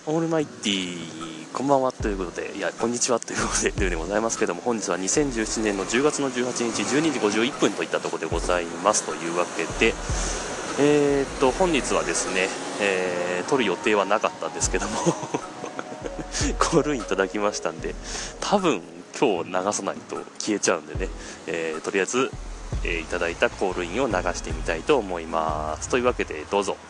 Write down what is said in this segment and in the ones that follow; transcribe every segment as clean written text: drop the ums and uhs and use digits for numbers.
オールマイティこんばんはということで、いやこんにちはということでルーでございますけども、本日は2017年の10月の18日12時51分といったところでございますというわけで、本日はですね、撮る予定はなかったんですけどもコールインいただきましたんで、多分今日流さないと消えちゃうんでね、とりあえず、いただいたコールインを流してみたいと思いますというわけでどうぞ。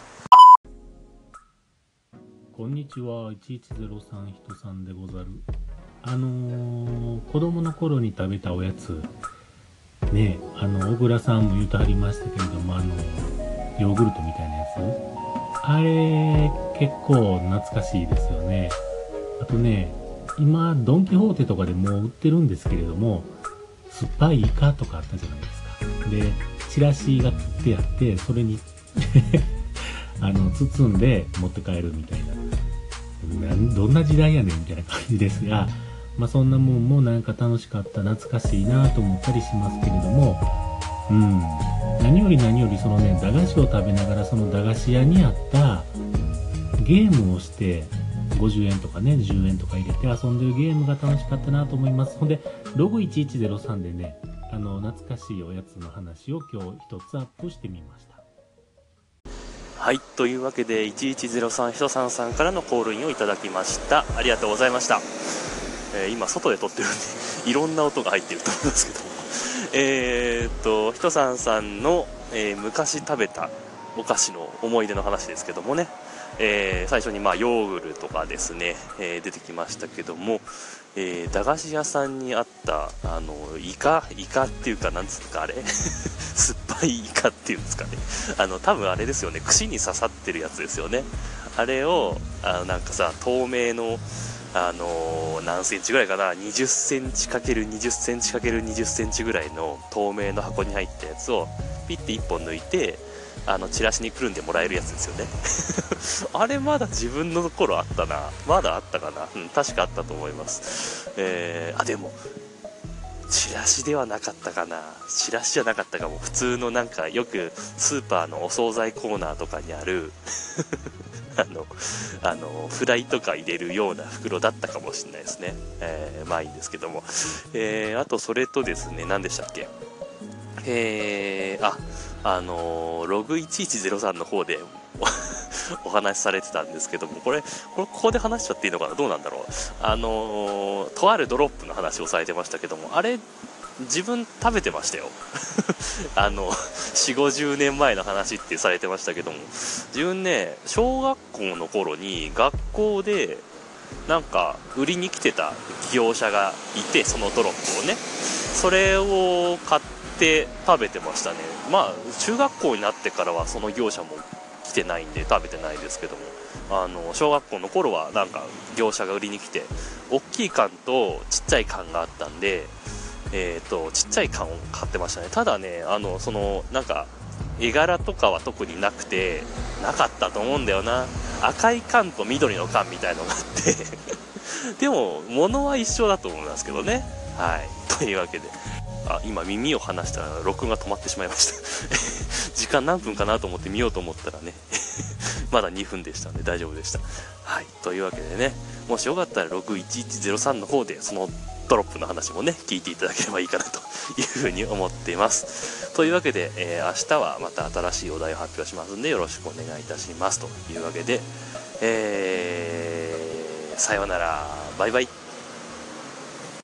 こんにちは、1103人さんでござる。子供の頃に食べたおやつ、ね、小倉さんも言うとはりましたけれども、ヨーグルトみたいなやつ、あれ、結構懐かしいですよね。あとね、今、ドンキホーテとかでもう売ってるんですけれども、酸っぱいイカとかあったじゃないですか。で、チラシが切ってあって、それに包んで持って帰るみたいな、どんな時代やねんみたいな感じですが、まあそんなもんもなんか楽しかった、懐かしいなと思ったりしますけれども、何よりそのね、駄菓子を食べながらその駄菓子屋にあったゲームをして50円とかね10円とか入れて遊んでるゲームが楽しかったなと思います。ほんでログ1103でね、懐かしいおやつの話を今日一つアップしてみました。 はい、というわけで1103人さんさんからのコールインをいただきました。ありがとうございました。今外で撮ってるんでいろんな音が入ってると思いますけども、人さんさんの、昔食べたお菓子の思い出の話ですけどもね、最初にヨーグルとかですね、出てきましたけども、駄菓子屋さんにあったイカっていうかなんつうかあれ酸っぱいイカっていうんですかね、多分あれですよね、串に刺さってるやつですよね。あれをなんかさ、透明の何センチぐらいかな、20センチ ×20 センチ ×20 センチぐらいの透明の箱に入ったやつをピッて1本抜いてチラシにくるんでもらえるやつですよねあれまだ自分の頃あったな、まだあったかな、確かあったと思います。でもチラシではなかったかな、チラシじゃなかったかも、普通のなんかよくスーパーのお惣菜コーナーとかにあるフライとか入れるような袋だったかもしれないですね。まあいいんですけども、あとそれとですね、何でしたっけ、ログ1103の方でお話しされてたんですけども、ここで話しちゃっていいのかな、どうなんだろう。とあるドロップの話をされてましたけども、あれ自分食べてましたよ4、50年前の話ってされてましたけども、自分ね、小学校の頃に学校でなんか売りに来てた業者がいて、そのドロップをね、それを買って食べてましたね。中学校になってからはその業者も来てないんで食べてないですけども、小学校の頃はなんか業者が売りに来て、大きい缶とちっちゃい缶があったんで、ちっちゃい缶を買ってましたね。ただね、そのなんか絵柄とかは特になかったと思うんだよな。赤い缶と緑の缶みたいのがあってでも物は一緒だと思いますけどね。はい、というわけで、今耳を離したら録音が止まってしまいました時間何分かなと思って見ようと思ったらねまだ2分でしたので大丈夫でした。はい、というわけでね、もしよかったらログ1103の方でそのドロップの話もね聞いていただければいいかなというふうに思っています。というわけで、明日はまた新しいお題を発表しますのでよろしくお願いいたしますというわけで、さようなら、バイバイ。